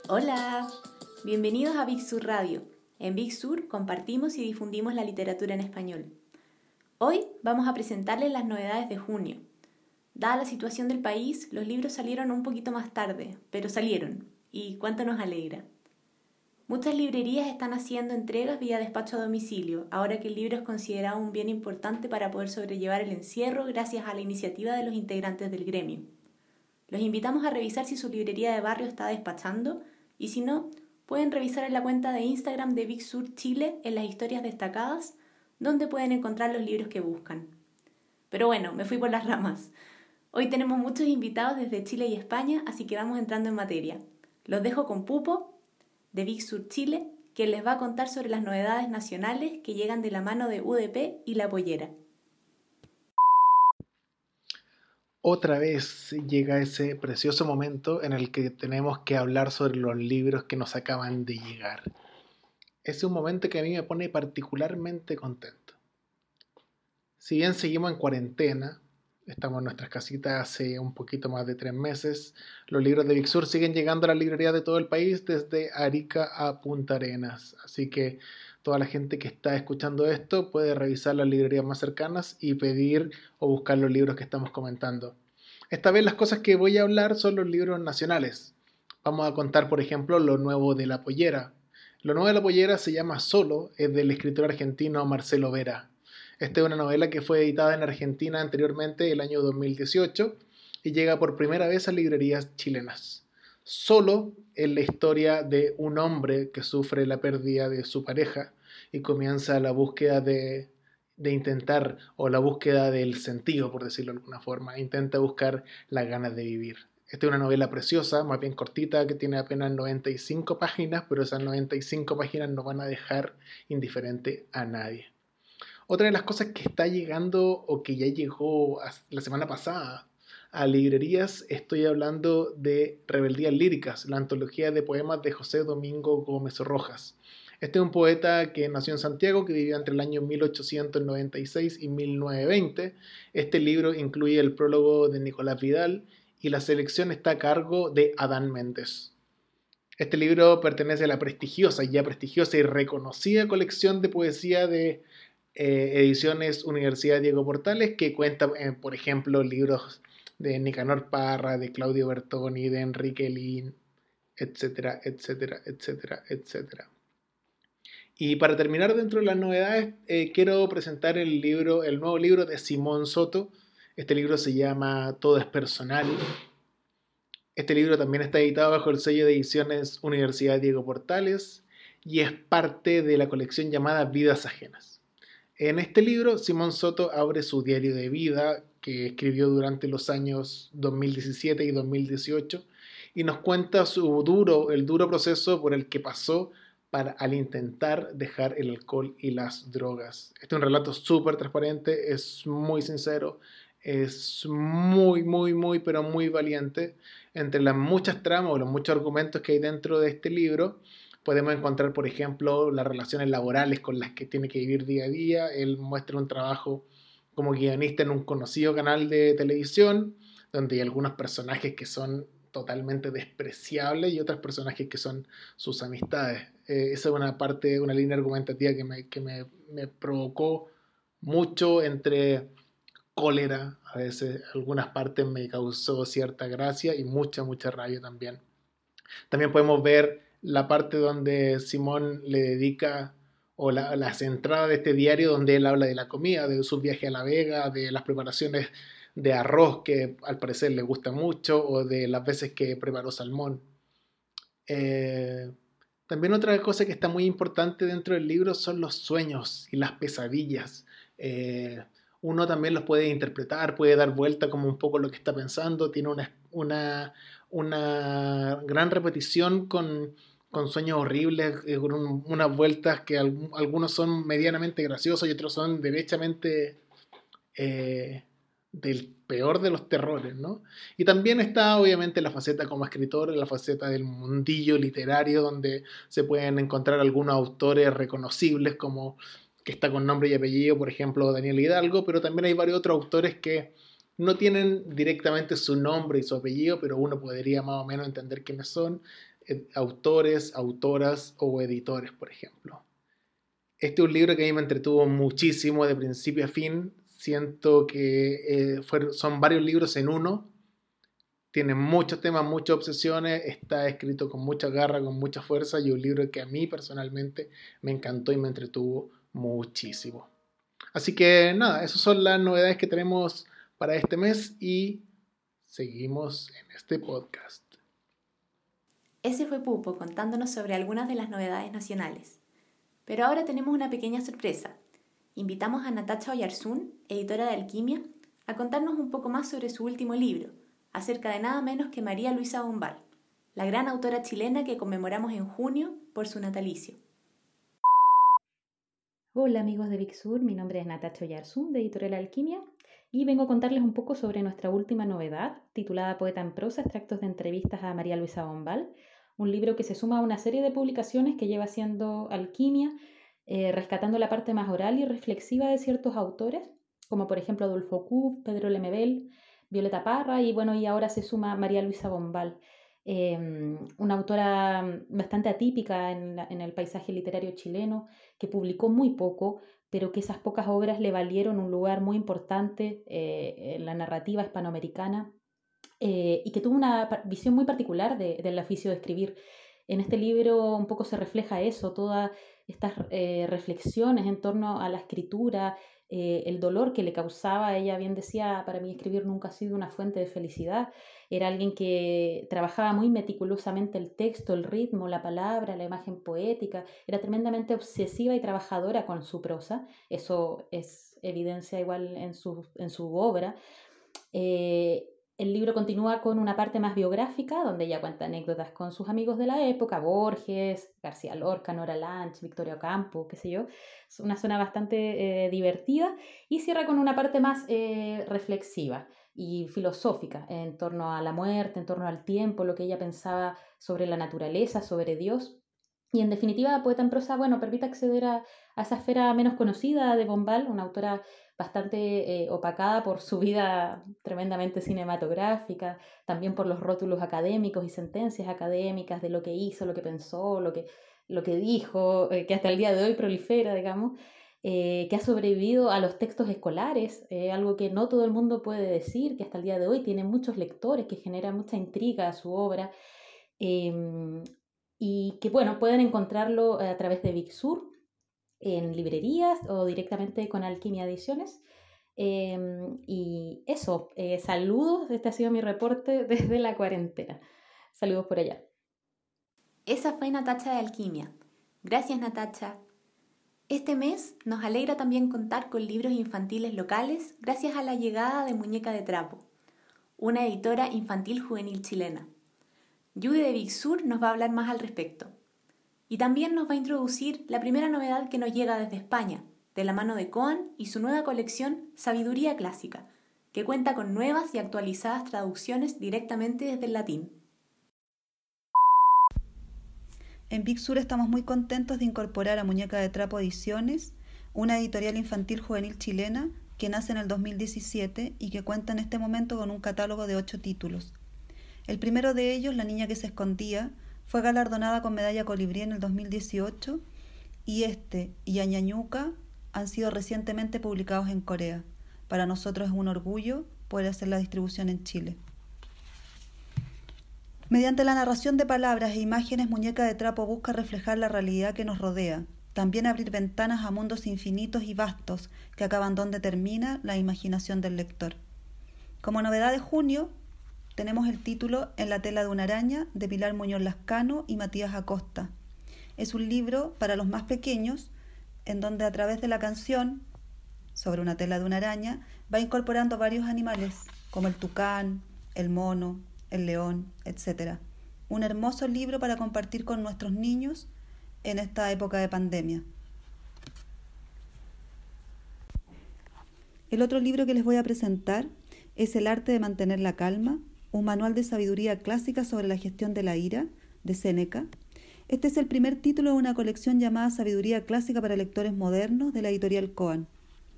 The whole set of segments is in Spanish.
Hola, bienvenidos a Big Sur Radio. En Big Sur compartimos y difundimos la literatura en español. Hoy vamos a presentarles las novedades de junio. Dada la situación del país, los libros salieron un poquito más tarde, pero salieron, y cuánto nos alegra. Muchas librerías están haciendo entregas vía despacho a domicilio, ahora que el libro es considerado un bien importante para poder sobrellevar el encierro gracias a la iniciativa de los integrantes del gremio. Los invitamos a revisar si su librería de barrio está despachando y si no, pueden revisar en la cuenta de Instagram de Big Sur Chile en las historias destacadas, donde pueden encontrar los libros que buscan. Pero bueno, me fui por las ramas. Hoy tenemos muchos invitados desde Chile y España, así que vamos entrando en materia. Los dejo con Pupo, de Big Sur Chile, quien les va a contar sobre las novedades nacionales que llegan de la mano de UDP y La Pollera. Otra vez llega ese precioso momento en el que tenemos que hablar sobre los libros que nos acaban de llegar. Es un momento que a mí me pone particularmente contento. Si bien seguimos en cuarentena, estamos en nuestras casitas hace un poquito más de 3 meses, los libros de Big Sur siguen llegando a las librerías de todo el país, desde Arica a Punta Arenas. Así que toda la gente que está escuchando esto puede revisar las librerías más cercanas y pedir o buscar los libros que estamos comentando. Esta vez las cosas que voy a hablar son los libros nacionales. Vamos a contar, por ejemplo, lo nuevo de La Pollera. Lo nuevo de La Pollera se llama Solo, es del escritor argentino Marcelo Vera. Esta es una novela que fue editada en Argentina anteriormente, el año 2018, y llega por primera vez a librerías chilenas. Solo es la historia de un hombre que sufre la pérdida de su pareja y comienza la búsqueda de intentar, o la búsqueda del sentido, por decirlo de alguna forma. Intenta buscar las ganas de vivir. Esta es una novela preciosa, más bien cortita, que tiene apenas 95 páginas, pero esas 95 páginas no van a dejar indiferente a nadie. Otra de las cosas que está llegando, o que ya llegó la semana pasada a librerías, estoy hablando de Rebeldías Líricas, la antología de poemas de José Domingo Gómez Rojas. Este es un poeta que nació en Santiago, que vivió entre el año 1896 y 1920. Este libro incluye el prólogo de Nicolás Vidal y la selección está a cargo de Adán Méndez. Este libro pertenece a la prestigiosa y reconocida colección de poesía de Ediciones Universidad Diego Portales, que cuenta, por ejemplo, libros de Nicanor Parra, de Claudio Bertoni, de Enrique Lin, etcétera, etcétera, etcétera, etcétera. Y para terminar, dentro de las novedades, quiero presentar el nuevo libro de Simón Soto. Este libro se llama Todo es personal. Este libro también está editado bajo el sello de Ediciones Universidad Diego Portales y es parte de la colección llamada Vidas Ajenas. En este libro, Simón Soto abre su diario de vida que escribió durante los años 2017 y 2018 y nos cuenta el duro proceso por el que pasó al intentar dejar el alcohol y las drogas. Este es un relato súper transparente, es muy sincero, es muy, pero muy valiente. Entre las muchas tramas o los muchos argumentos que hay dentro de este libro, podemos encontrar, por ejemplo, las relaciones laborales con las que tiene que vivir día a día. Él muestra un trabajo como guionista en un conocido canal de televisión, donde hay algunos personajes que son totalmente despreciables y otros personajes que son sus amistades. Esa es una línea argumentativa que me provocó mucho, entre cólera, a veces algunas partes me causó cierta gracia y mucha rabia también. También podemos ver la parte donde Simón le dedica, o las entradas de este diario donde él habla de la comida, de su viaje a La Vega, de las preparaciones de arroz que al parecer le gusta mucho, o de las veces que preparó salmón. También otra cosa que está muy importante dentro del libro son los sueños y las pesadillas. Uno también los puede interpretar, puede dar vuelta como un poco lo que está pensando, tiene una gran repetición con sueños horribles, con unas vueltas que algunos son medianamente graciosos y otros son derechamente del peor de los terrores, ¿no? Y también está obviamente la faceta como escritor, la faceta del mundillo literario, donde se pueden encontrar algunos autores reconocibles, como que está con nombre y apellido, por ejemplo Daniel Hidalgo, pero también hay varios otros autores que no tienen directamente su nombre y su apellido, pero uno podría más o menos entender quiénes son. autores, autoras o editores, por ejemplo. Este es un libro que a mí me entretuvo muchísimo de principio a fin. Siento que son varios libros en uno. Tiene muchos temas, muchas obsesiones. Está escrito con mucha garra, con mucha fuerza. Y un libro que a mí personalmente me encantó y me entretuvo muchísimo. Así que nada, esas son las novedades que tenemos para este mes y seguimos en este podcast. Ese fue Pupo contándonos sobre algunas de las novedades nacionales. Pero ahora tenemos una pequeña sorpresa. Invitamos a Natacha Oyarzún, editora de Alquimia, a contarnos un poco más sobre su último libro, acerca de nada menos que María Luisa Bombal, la gran autora chilena que conmemoramos en junio por su natalicio. Hola amigos de Big Sur, mi nombre es Natacha Oyarzún, de Editorial Alquimia, y vengo a contarles un poco sobre nuestra última novedad, titulada Poeta en prosa, extractos de entrevistas a María Luisa Bombal, un libro que se suma a una serie de publicaciones que lleva haciendo Alquimia, rescatando la parte más oral y reflexiva de ciertos autores, como por ejemplo Adolfo Kuh, Pedro Lemebel, Violeta Parra y ahora se suma María Luisa Bombal, una autora bastante atípica en el paisaje literario chileno, que publicó muy poco, pero que esas pocas obras le valieron un lugar muy importante en la narrativa hispanoamericana, y que tuvo una visión muy particular del oficio de escribir. En este libro un poco se refleja eso, todas estas reflexiones en torno a la escritura, el dolor que le causaba. Ella bien decía, para mí escribir nunca ha sido una fuente de felicidad. Era alguien que trabajaba muy meticulosamente el texto, el ritmo, la palabra, la imagen poética. Era tremendamente obsesiva y trabajadora con su prosa. Eso es evidencia igual en su obra. El libro continúa con una parte más biográfica, donde ella cuenta anécdotas con sus amigos de la época, Borges, García Lorca, Nora Lange, Victoria Ocampo, qué sé yo. Es una zona bastante divertida, y cierra con una parte más reflexiva y filosófica en torno a la muerte, en torno al tiempo, lo que ella pensaba sobre la naturaleza, sobre Dios. Y en definitiva, Poeta en prosa, permite acceder a esa esfera menos conocida de Bombal, una autora bastante opacada por su vida tremendamente cinematográfica, también por los rótulos académicos y sentencias académicas de lo que hizo, lo que pensó, lo que dijo, que hasta el día de hoy prolifera, digamos, que ha sobrevivido a los textos escolares, algo que no todo el mundo puede decir, que hasta el día de hoy tiene muchos lectores, que genera mucha intriga a su obra, y que pueden encontrarlo a través de Big Sur, en librerías o directamente con Alquimia Ediciones. Y eso, saludos, este ha sido mi reporte desde la cuarentena. Saludos por allá. Esa fue Natacha de Alquimia. Gracias, Natacha. Este mes nos alegra también contar con libros infantiles locales gracias a la llegada de Muñeca de Trapo, una editora infantil juvenil chilena. Judy de Big Sur nos va a hablar más al respecto. Y también nos va a introducir la primera novedad que nos llega desde España, de la mano de Koan y su nueva colección Sabiduría Clásica, que cuenta con nuevas y actualizadas traducciones directamente desde el latín. En Big Sur estamos muy contentos de incorporar a Muñeca de Trapo Ediciones, una editorial infantil juvenil chilena que nace en el 2017 y que cuenta en este momento con un catálogo de 8 títulos. El primero de ellos, La niña que se escondía, fue galardonada con medalla Colibrí en el 2018, y y Añañuca han sido recientemente publicados en Corea. Para nosotros es un orgullo poder hacer la distribución en Chile. Mediante la narración de palabras e imágenes, Muñeca de Trapo busca reflejar la realidad que nos rodea, también abrir ventanas a mundos infinitos y vastos que acaban donde termina la imaginación del lector. Como novedad de junio, tenemos el título En la tela de una araña, de Pilar Muñoz Lascano y Matías Acosta. Es un libro para los más pequeños, en donde a través de la canción sobre una tela de una araña va incorporando varios animales, como el tucán, el mono, el león, etc. Un hermoso libro para compartir con nuestros niños en esta época de pandemia. El otro libro que les voy a presentar es El arte de mantener la calma, un manual de sabiduría clásica sobre la gestión de la ira, de Séneca. Este es el primer título de una colección llamada Sabiduría Clásica para Lectores Modernos, de la editorial Koan.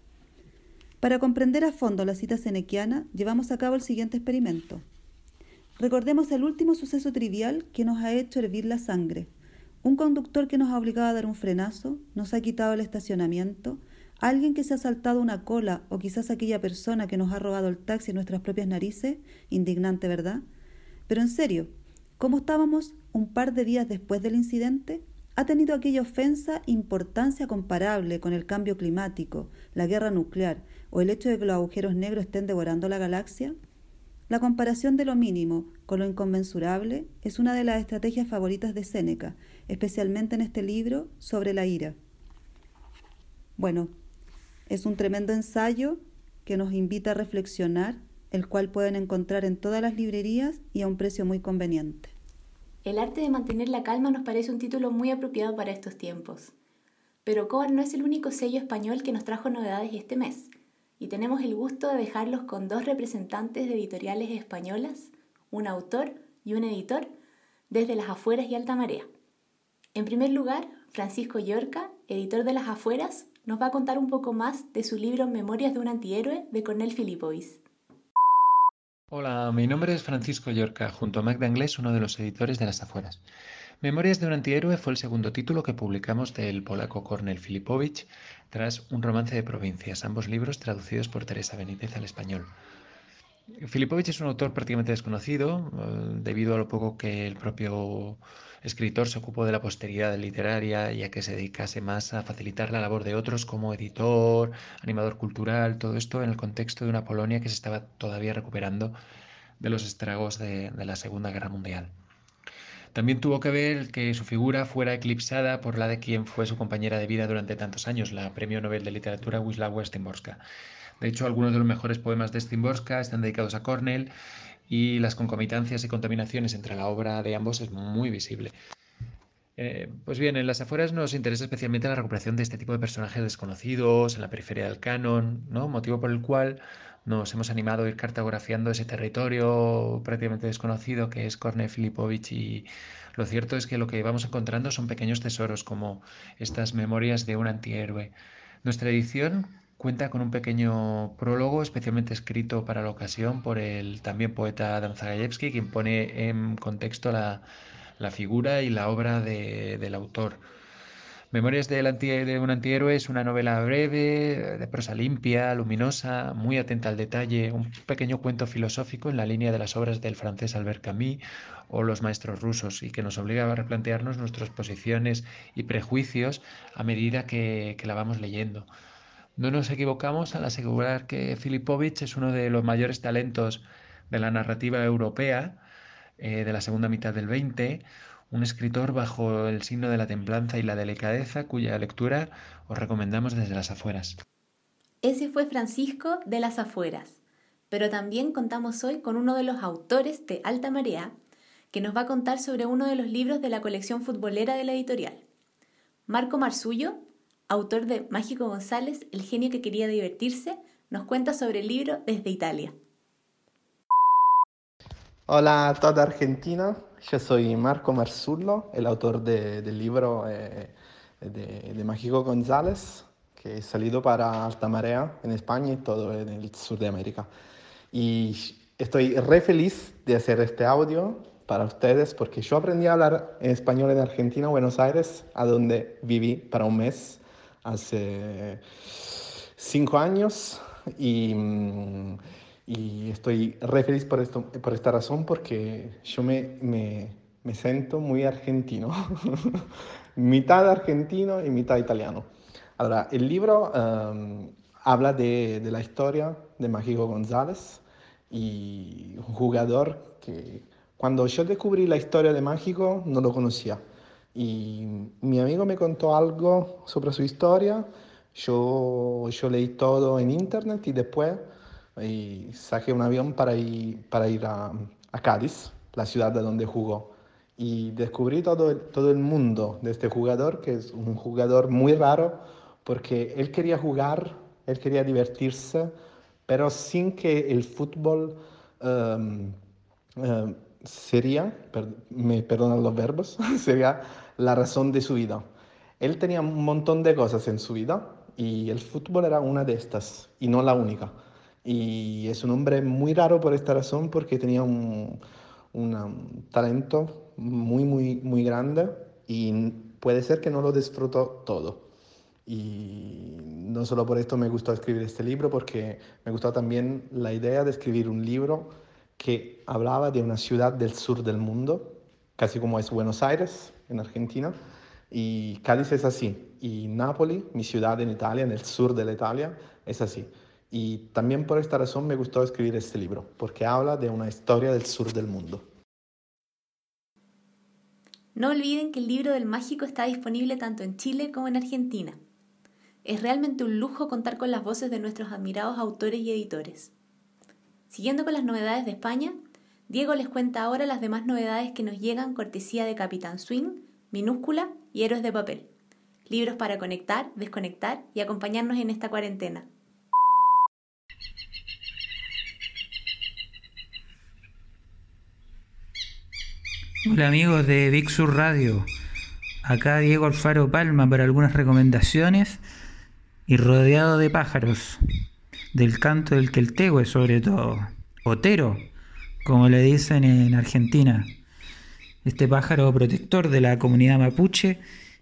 Para comprender a fondo la cita senequiana, llevamos a cabo el siguiente experimento. Recordemos el último suceso trivial que nos ha hecho hervir la sangre. Un conductor que nos ha obligado a dar un frenazo, nos ha quitado el estacionamiento, alguien que se ha saltado una cola o quizás aquella persona que nos ha robado el taxi en nuestras propias narices, indignante, ¿verdad? Pero en serio, ¿cómo estábamos un par de días después del incidente? ¿Ha tenido aquella ofensa importancia comparable con el cambio climático, la guerra nuclear o el hecho de que los agujeros negros estén devorando la galaxia? La comparación de lo mínimo con lo inconmensurable es una de las estrategias favoritas de Séneca, especialmente en este libro sobre la ira. Bueno, es un tremendo ensayo que nos invita a reflexionar, el cual pueden encontrar en todas las librerías y a un precio muy conveniente. El arte de mantener la calma nos parece un título muy apropiado para estos tiempos. Pero Kobar no es el único sello español que nos trajo novedades este mes, y tenemos el gusto de dejarlos con dos representantes de editoriales españolas, un autor y un editor, desde Las Afueras y Alta Marea. En primer lugar, Francisco Llorca, editor de Las Afueras, nos va a contar un poco más de su libro Memorias de un antihéroe de Cornel Filipovic. Hola, mi nombre es Francisco Llorca, junto a Magda Anglés, uno de los editores de Las Afueras. Memorias de un antihéroe fue el segundo título que publicamos del polaco Kornél Filipowicz tras Un romance de provincias, ambos libros traducidos por Teresa Benítez al español. Filipowicz es un autor prácticamente desconocido, debido a lo poco que el propio escritor se ocupó de la posteridad literaria y a que se dedicase más a facilitar la labor de otros como editor, animador cultural, todo esto en el contexto de una Polonia que se estaba todavía recuperando de los estragos de la Segunda Guerra Mundial. También tuvo que ver que su figura fuera eclipsada por la de quien fue su compañera de vida durante tantos años, la Premio Nobel de Literatura Wisława Szymborska. De hecho, algunos de los mejores poemas de Szymborska están dedicados a Kornél y las concomitancias y contaminaciones entre la obra de ambos es muy visible. Pues bien, en Las Afueras nos interesa especialmente la recuperación de este tipo de personajes desconocidos en la periferia del canon, ¿no? Motivo por el cual nos hemos animado a ir cartografiando ese territorio prácticamente desconocido que es Kornél Filipovich, y lo cierto es que lo que vamos encontrando son pequeños tesoros como estas memorias de un antihéroe. Nuestra edición cuenta con un pequeño prólogo especialmente escrito para la ocasión por el también poeta Adam Zagajewski, quien pone en contexto la figura y la obra del autor. Memorias de un antihéroe es una novela breve, de prosa limpia, luminosa, muy atenta al detalle, un pequeño cuento filosófico en la línea de las obras del francés Albert Camus o los maestros rusos, y que nos obliga a replantearnos nuestras posiciones y prejuicios a medida que la vamos leyendo. No nos equivocamos al asegurar que Filipovich es uno de los mayores talentos de la narrativa europea de la segunda mitad del 20, un escritor bajo el signo de la templanza y la delicadeza, cuya lectura os recomendamos desde Las Afueras. Ese fue Francisco de Las Afueras, pero también contamos hoy con uno de los autores de Alta Marea, que nos va a contar sobre uno de los libros de la colección futbolera de la editorial. Marco Marzullo, autor de Mágico González, el genio que quería divertirse, nos cuenta sobre el libro desde Italia. Hola a toda Argentina, yo soy Marco Marzullo, el autor del libro de Mágico González, que ha salido para Alta Marea en España y todo en el sur de América. Y estoy re feliz de hacer este audio para ustedes porque yo aprendí a hablar en español en Argentina, Buenos Aires, a donde viví para un mes hace 5 años y estoy re feliz por esta razón porque yo me siento muy argentino, mitad argentino y mitad italiano. Ahora, el libro habla de la historia de Mágico González, y un jugador que cuando yo descubrí la historia de Mágico no lo conocía. Y mi amigo me contó algo sobre su historia, yo leí todo en internet y después saqué un avión para ir a Cádiz, la ciudad de donde jugó. Y descubrí todo el mundo de este jugador, que es un jugador muy raro, porque él quería jugar, él quería divertirse, pero sin que el fútbol sería, me perdonan los verbos, sería la razón de su vida. Él tenía un montón de cosas en su vida y el fútbol era una de estas y no la única. Y es un hombre muy raro por esta razón porque tenía un talento muy, muy, muy grande y puede ser que no lo disfruto todo. Y no solo por esto me gustó escribir este libro, porque me gustó también la idea de escribir un libro que hablaba de una ciudad del sur del mundo, casi como es Buenos Aires, en Argentina, y Cádiz es así, y Nápoli, mi ciudad en Italia, en el sur de la Italia, es así. Y también por esta razón me gustó escribir este libro, porque habla de una historia del sur del mundo. No olviden que el libro del mágico está disponible tanto en Chile como en Argentina. Es realmente un lujo contar con las voces de nuestros admirados autores y editores. Siguiendo con las novedades de España, Diego les cuenta ahora las demás novedades que nos llegan cortesía de Capitán Swing, Minúscula y Héroes de Papel. Libros para conectar, desconectar y acompañarnos en esta cuarentena. Hola amigos de Big Sur Radio, acá Diego Alfaro Palma para algunas recomendaciones y rodeado de pájaros, del canto del queltehue sobre todo, otero, como le dicen en Argentina, este pájaro protector de la comunidad mapuche,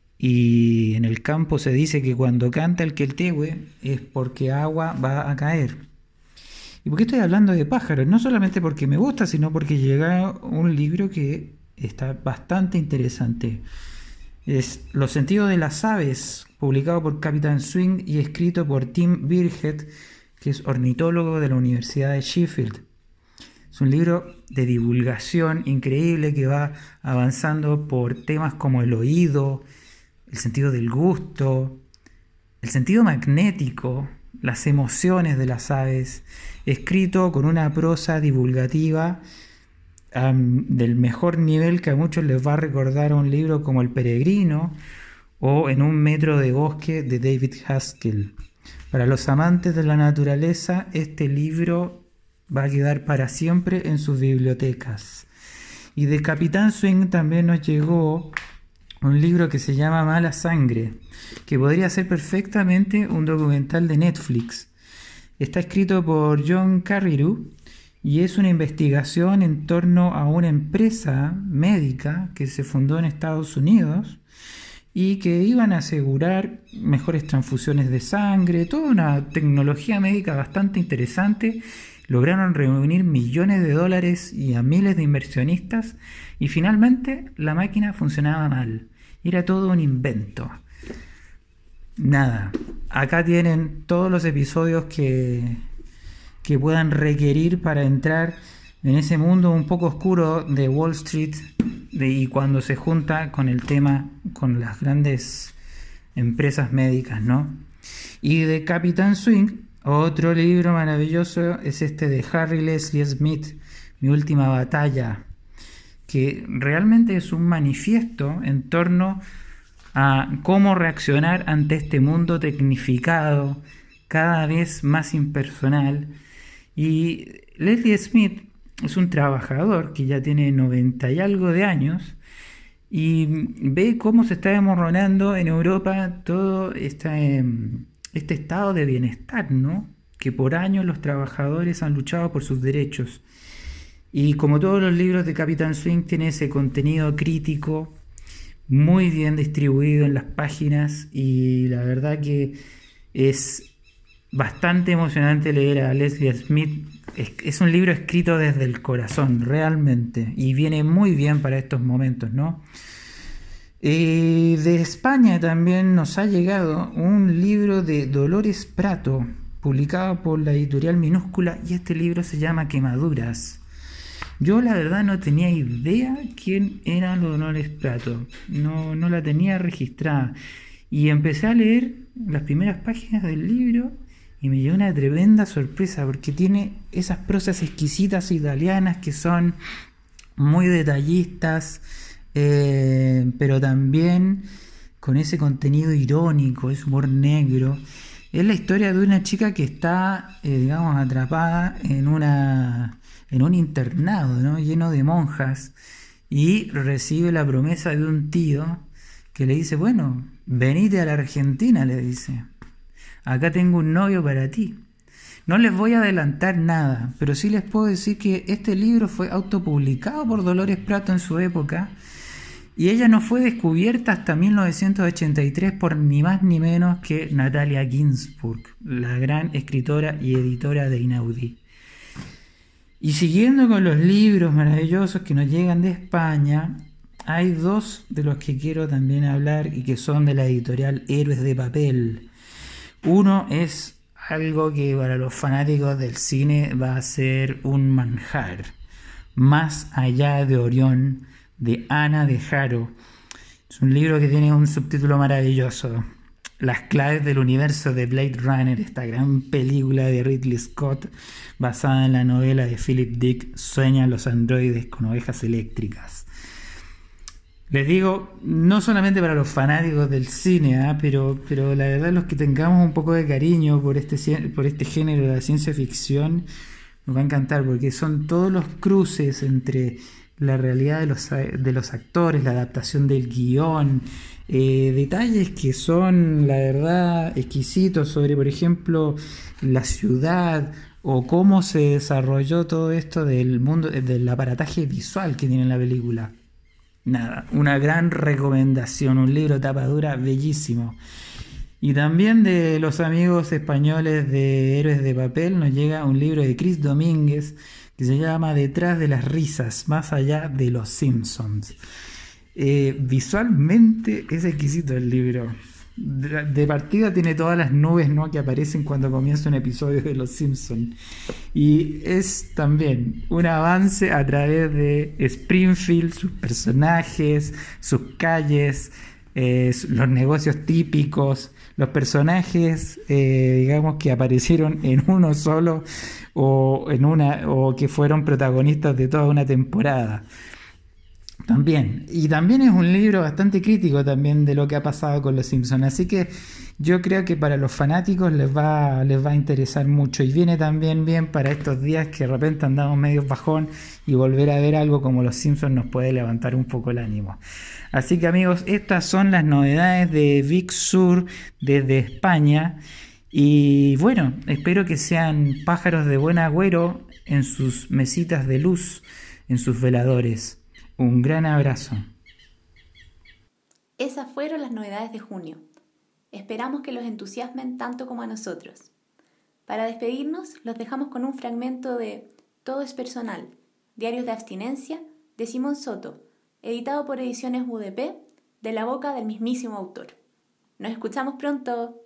y en el campo se dice que cuando canta el queltehue es porque agua va a caer. ¿Y por qué estoy hablando de pájaros? No solamente porque me gusta, sino porque llega un libro que está bastante interesante. Es Los sentidos de las aves, publicado por Capitán Swing y escrito por Tim Birgett, que es ornitólogo de la Universidad de Sheffield. Es un libro de divulgación increíble que va avanzando por temas como el oído, el sentido del gusto, el sentido magnético, las emociones de las aves, escrito con una prosa divulgativa del mejor nivel que a muchos les va a recordar a un libro como El Peregrino o En un metro de bosque de David Haskell. Para los amantes de la naturaleza, este libro va a quedar para siempre en sus bibliotecas. Y de Capitán Swing también nos llegó un libro que se llama Mala Sangre, que podría ser perfectamente un documental de Netflix. Está escrito por John Carreyrou y es una investigación en torno a una empresa médica que se fundó en Estados Unidos y que iban a asegurar mejores transfusiones de sangre, toda una tecnología médica bastante interesante. Lograron reunir millones de dólares y a miles de inversionistas y finalmente la máquina funcionaba mal. Era todo un invento. Nada, acá tienen todos los episodios que puedan requerir para entrar en ese mundo un poco oscuro de Wall Street y cuando se junta con el tema con las grandes empresas médicas, ¿no? Y de Capitán Swing, otro libro maravilloso es este de Harry Leslie Smith, Mi última batalla, que realmente es un manifiesto en torno a cómo reaccionar ante este mundo tecnificado, cada vez más impersonal. Y Leslie Smith es un trabajador que ya tiene 90 y algo de años y ve cómo se está desmoronando en Europa todo este estado de bienestar, ¿no? Que por años los trabajadores han luchado por sus derechos. Y como todos los libros de Capitán Swing, tiene ese contenido crítico muy bien distribuido en las páginas y la verdad que es bastante emocionante leer a Leslie Smith. Es un libro escrito desde el corazón, realmente, y viene muy bien para estos momentos, ¿no? De España también nos ha llegado un libro de Dolores Prato, publicado por la editorial Minúscula, y este libro se llama Quemaduras. Yo la verdad no tenía idea quién eran los Dolores Prato, no la tenía registrada, y empecé a leer las primeras páginas del libro y me llevó una tremenda sorpresa porque tiene esas prosas exquisitas italianas que son muy detallistas, pero también con ese contenido irónico, ese humor negro. Es la historia de una chica que está, digamos, atrapada en un internado, ¿no? Lleno de monjas, y recibe la promesa de un tío que le dice, bueno, venite a la Argentina, le dice, acá tengo un novio para ti. No les voy a adelantar nada, pero sí les puedo decir que este libro fue autopublicado por Dolores Prato en su época y ella no fue descubierta hasta 1983 por ni más ni menos que Natalia Ginzburg, la gran escritora y editora de Inaudí. Y siguiendo con los libros maravillosos que nos llegan de España, hay dos de los que quiero también hablar y que son de la editorial Héroes de Papel. Uno es algo que para los fanáticos del cine va a ser un manjar. Más allá de Orión, de Ana de Haro. Es un libro que tiene un subtítulo maravilloso: Las claves del universo de Blade Runner, esta gran película de Ridley Scott basada en la novela de Philip Dick, Sueñan los androides con ovejas eléctricas. Les digo, no solamente para los fanáticos del cine, pero la verdad los que tengamos un poco de cariño por este género de la ciencia ficción, nos va a encantar porque son todos los cruces entre la realidad de los actores, la adaptación del guión, detalles que son, la verdad, exquisitos sobre, por ejemplo, la ciudad o cómo se desarrolló todo esto del mundo, del aparataje visual que tiene la película. Nada, una gran recomendación, un libro tapa dura bellísimo. Y también de los amigos españoles de Héroes de Papel nos llega un libro de Chris Domínguez que se llama Detrás de las risas, más allá de los Simpsons. Visualmente es exquisito el libro. De partida tiene todas las nubes, ¿no?, que aparecen cuando comienza un episodio de Los Simpsons. Y es también un avance a través de Springfield, sus personajes, sus calles, los negocios típicos, los personajes, digamos, que aparecieron en uno solo o que fueron protagonistas de toda una temporada. También es un libro bastante crítico también de lo que ha pasado con los Simpsons, así que yo creo que para los fanáticos les va a interesar mucho y viene también bien para estos días que de repente andamos medio bajón y volver a ver algo como los Simpsons nos puede levantar un poco el ánimo. Así que amigos, estas son las novedades de Big Sur desde España y bueno, espero que sean pájaros de buen agüero en sus mesitas de luz, en sus veladores. Un gran abrazo. Esas fueron las novedades de junio. Esperamos que los entusiasmen tanto como a nosotros. Para despedirnos, los dejamos con un fragmento de Todo es personal, Diarios de abstinencia, de Simón Soto, editado por Ediciones UDP, de la boca del mismísimo autor. Nos escuchamos pronto.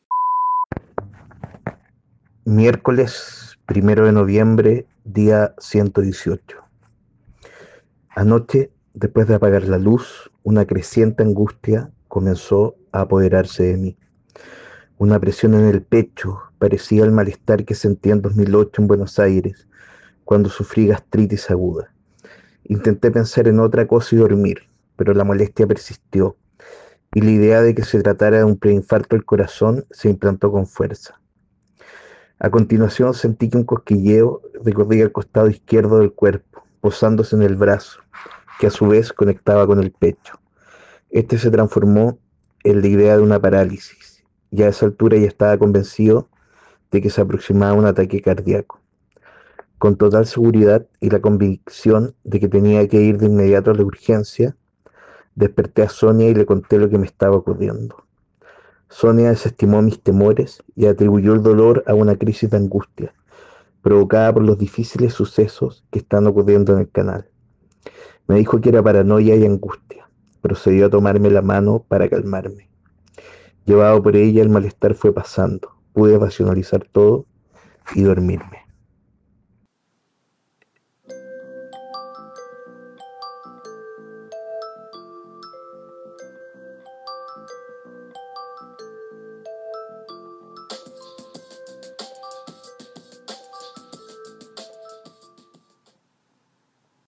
Miércoles 1 de noviembre, día 118. Anoche, después de apagar la luz, una creciente angustia comenzó a apoderarse de mí. Una presión en el pecho parecía el malestar que sentí en 2008 en Buenos Aires, cuando sufrí gastritis aguda. Intenté pensar en otra cosa y dormir, pero la molestia persistió, y la idea de que se tratara de un preinfarto del corazón se implantó con fuerza. A continuación sentí que un cosquilleo recorría el costado izquierdo del cuerpo, posándose en el brazo, que a su vez conectaba con el pecho. Este se transformó en la idea de una parálisis, y a esa altura ya estaba convencido de que se aproximaba un ataque cardíaco. Con total seguridad y la convicción de que tenía que ir de inmediato a la urgencia, desperté a Sonia y le conté lo que me estaba ocurriendo. Sonia desestimó mis temores y atribuyó el dolor a una crisis de angustia, provocada por los difíciles sucesos que están ocurriendo en el canal. Me dijo que era paranoia y angustia. Procedió a tomarme la mano para calmarme. Llevado por ella, el malestar fue pasando. Pude racionalizar todo y dormirme.